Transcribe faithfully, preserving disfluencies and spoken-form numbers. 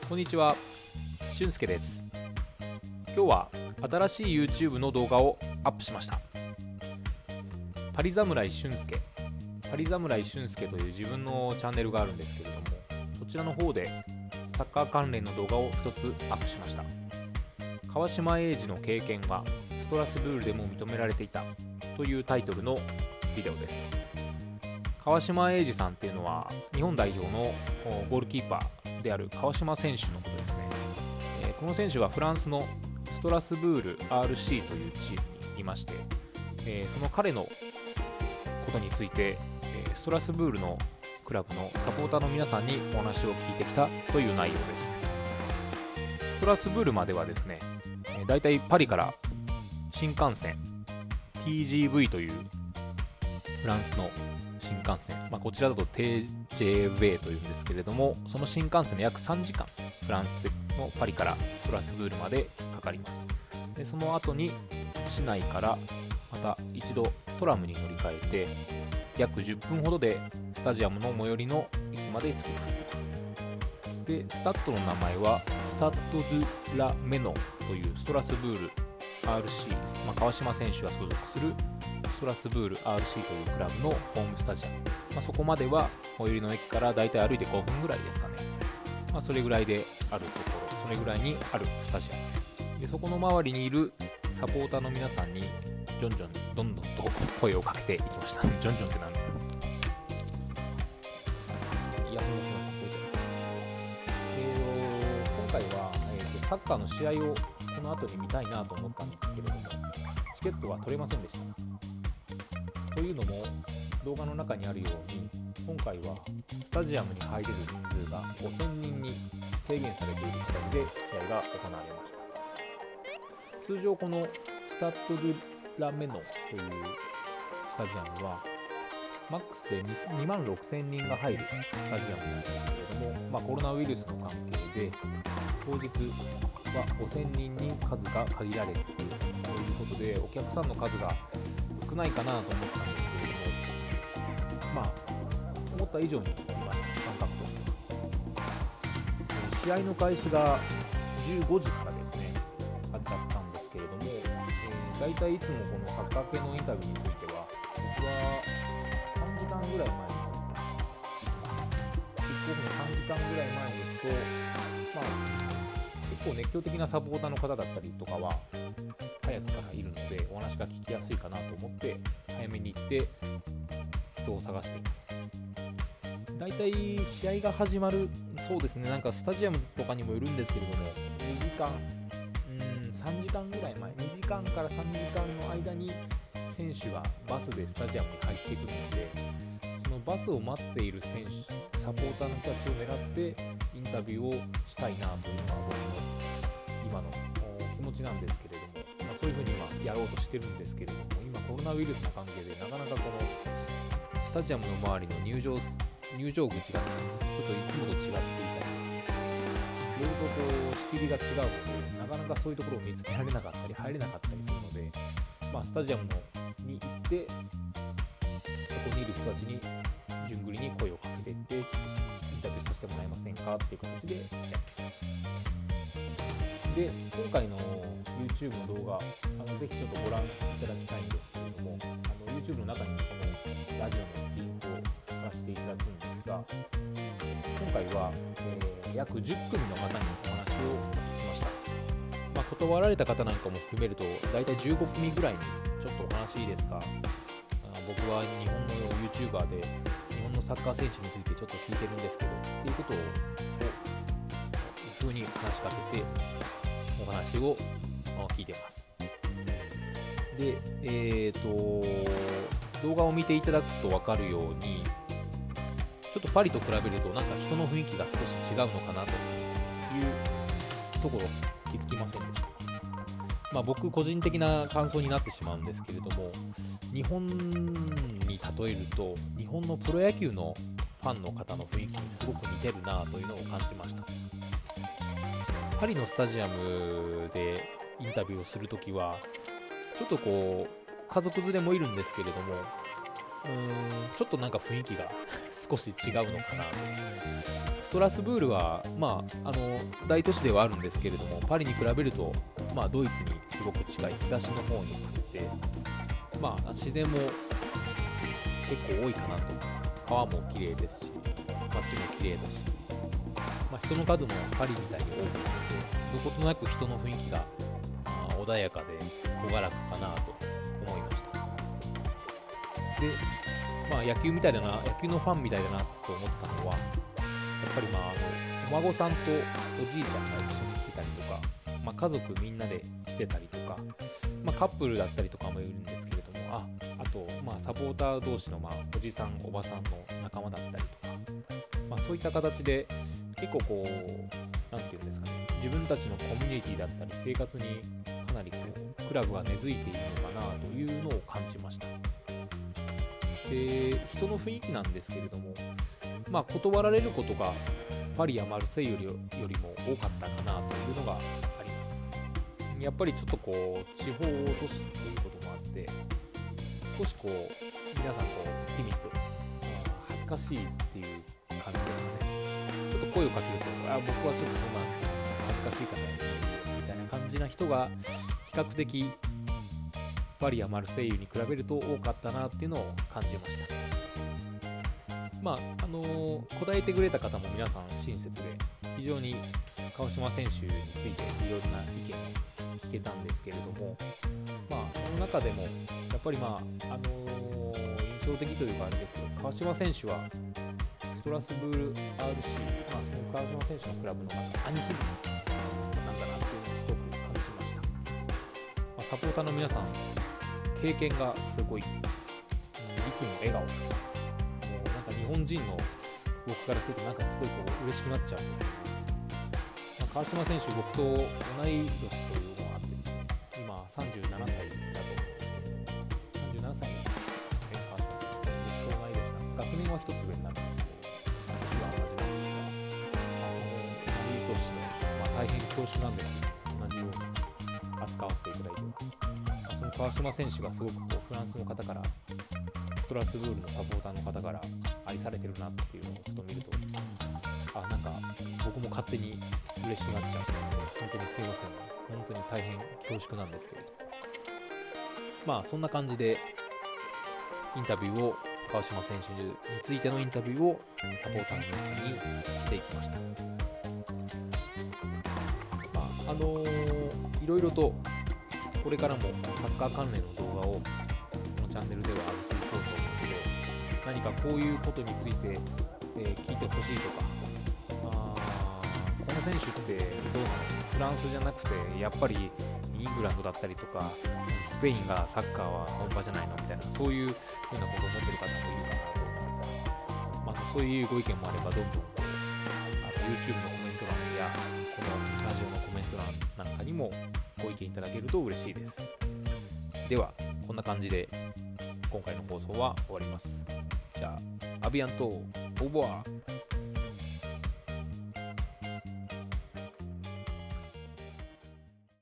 こんにちは、俊介です。今日は新しい YouTube の動画をアップしました。パリ侍俊介、パリ侍俊介という自分のチャンネルがあるんですけれども、そちらの方でサッカー関連の動画を一つアップしました。川島英二の経験はストラスブールでも認められていたというタイトルのビデオです。川島英二さんっていうのは日本代表のゴールキーパーである川島選手のことですね。えー、この選手はフランスのストラスブール アールシー というチームにいまして、えー、その彼のことについて、えー、ストラスブールのクラブのサポーターの皆さんにお話を聞いてきたという内容です。ストラスブールまではですね、えー、だいたいパリから新幹線 ティージーブイ というフランスの新幹線、まあ、こちらだと ティージェーウェイ というんですけれども、その新幹線の約さんじかんフランスのパリからストラスブールまでかかります。でその後に市内からまた一度トラムに乗り換えて約じゅっぷんほどでスタジアムの最寄りの駅まで着きます。でスタッドの名前はスタッド・ドゥ・ラ・メノというストラスブール アールシー、まあ、川島選手が所属するストラスブール アールシー というクラブのホームスタジアム、まあ、そこまでは最寄りの駅からだいたい歩いてごふんぐらいですかね、まあ、それぐらいであるところ、それぐらいにあるスタジアムです。でそこの周りにいるサポーターの皆さんにジョンジョンどんどんと声をかけていきました。ジョンジョンってなんだろう。イヤホンをします。えー、今回は、えー、とサッカーの試合をこの後に見たいなと思ったんですけれども、チケットは取れませんでした。というのも動画の中にあるように、今回はスタジアムに入れる人数がごせんにんに制限されている形で試合が行われました。通常このスタッド・ドゥ・ラ・メノというスタジアムはマックスでにまんろくせんにんが入るスタジアムなんですけれども、まあ、コロナウイルスの関係で当日はごせんにんに数が限られているということで、お客さんの数が少ないかなと思ったんですけれども、まあ思った以上にいました、感覚として。試合の開始がじゅうごじからですねだったんですけれども、えー、だいたいいつもこのサッカー系のインタビューについては僕はさんじかんぐらい前に行きます。キックオフのさんじかんぐらい前に行くと、まあ結構熱狂的なサポーターの方だったりとかは早くからいるのでお話が聞きやすいかなと思って早めに行って人を探しています。だいたい試合が始まる、そうですね、なんかスタジアムとかにもよるんですけれどもにじかん、うーんさんじかんぐらい前、にじかんからさんじかんの間に選手がバスでスタジアムに入ってくるので、そのバスを待っている選手、サポーターの人たちを狙ってインタビューをしたいなというのが僕の今の気持ちなんですけれども、まあ、そういうふうに今やろうとしてるんですけれども、今コロナウイルスの関係でなかなかこのスタジアムの周りの入場入場口がちょっといつもと違っていたり、いろいろとこう仕切りが違うのでなかなかそういうところを見つけられなかったり入れなかったりするので、まあ、スタジアムのに行ってそこにいる人たちに順繰りに声をかけていってちょっとインタビューさせてもらえませんかっていう形でやってます。で今回の YouTube の動画、あのぜひちょっとご覧いただきたいんですけれども、あの YouTube の中にこのラジオのリンクを貼らせていただくんですが、今回は、えー、約じゅっくみの方にお話を聞きました。まあ、断られた方なんかも含めるとだいたいじゅうごくみぐらいにちょっとお話いいですか、あ僕は日本の YouTuber で日本のサッカー選手についてちょっと聞いてるんですけどっていうことを風に話しかけてお話を聞いています。で、えーと動画を見ていただくと分かるように、ちょっとパリと比べるとなんか人の雰囲気が少し違うのかなというところ気づきませんでした。まあ、僕個人的な感想になってしまうんですけれども、日本に例えると日本のプロ野球のファンの方の雰囲気にすごく似てるなというのを感じました。パリのスタジアムでインタビューをするときはちょっとこう家族連れもいるんですけれども、 うーんちょっとなんか雰囲気が少し違うのかなと。ストラスブールは、まあ、あの大都市ではあるんですけれども、パリに比べると、まあ、ドイツにすごく近い東の方にあって、まあ、自然も結構多いかなと。川も綺麗ですし、街も綺麗だし、まあ、人の数もパリみたいに多くなって、どことなく人の雰囲気が、まあ、穏やかで朗らかかなと思いました。で、まあ、野球みたいだな、野球のファンみたいだなと思ったのは、やっぱりまあ、あのお孫さんとおじいちゃんが一緒に来てたりとか、まあ、家族みんなで来てたりとか、まあ、カップルだったりとかもいるんですけれども、ああと、まあ、サポーター同士の、まあ、おじさんおばさんの仲間だったりとか、まあ、そういった形で結構こうなんていうんですかね、自分たちのコミュニティだったり生活にかなりこうクラブが根付いているのかなというのを感じました。で、人の雰囲気なんですけれども、まあ、断られることがパリやマルセイユよりよりも多かったかなというのがあります。やっぱりちょっとこう地方都市ということもあって、少しこう皆さんこうティミット、恥ずかしいっていう感じですかね。ちょっと声をかけると、あ、僕はちょっとそんな恥ずかしい方みたいな感じな人が比較的パリやマルセイユに比べると多かったなっていうのを感じました。まああのー、答えてくれた方も皆さん親切で、非常に川島選手についていろいろな意見を聞けたんですけれども、まあその中でもやっぱりまああのー、印象的というかあれですけど、川島選手はストラスブール アールシー、まあ、その川島選手のクラブの中兄貴分なんだなっていうのをすごく感じました。まあ、サポーターの皆さん経験がすごい、うん、いつも笑顔、もうなんか日本人の僕からするとなんかすごいこう嬉しくなっちゃうんですよね。まあ、川島選手、僕と同い年というのがあってですね、今さんじゅうななさいだと思うんですけど、さんじゅうななさいですね、川島選手。僕と同い年な、学年は一つ上になるんですけど、年は同じなんですが、まあ、その同い年の、まあ、大変恐縮なんですけど、同じように扱わせていただいては、まあ、その川島選手がすごくこうフランスの方から、ストラスブールのサポーターの方から愛されてるなっていうのをちょっと見ると、あ、なんか僕も勝手に嬉しくなっちゃうんですけど、本当にすいません、本当に大変恐縮なんですけれど、まあそんな感じでインタビューを、川島選手についてのインタビューをサポーターの皆さんにしていきました。まああのー、いろいろとこれからもサッカー関連の動画をこのチャンネルでは上げていこうと思うので、何かこういうことについて、えー、聞いてほしいとか、あこの選手ってどうなの、フランスじゃなくてやっぱりイングランドだったりとかスペインがサッカーは本場じゃないのみたいな、そういうふうなことを思ってる方もいるかなと思うんですが、まあ、そういうご意見もあればどんどんこうあの YouTube のコメント欄やこのラジオのコメント欄なんかにもご意見いただけると嬉しいです。ではこんな感じで今回の放送は終わります。じゃあアビアントオーボワー。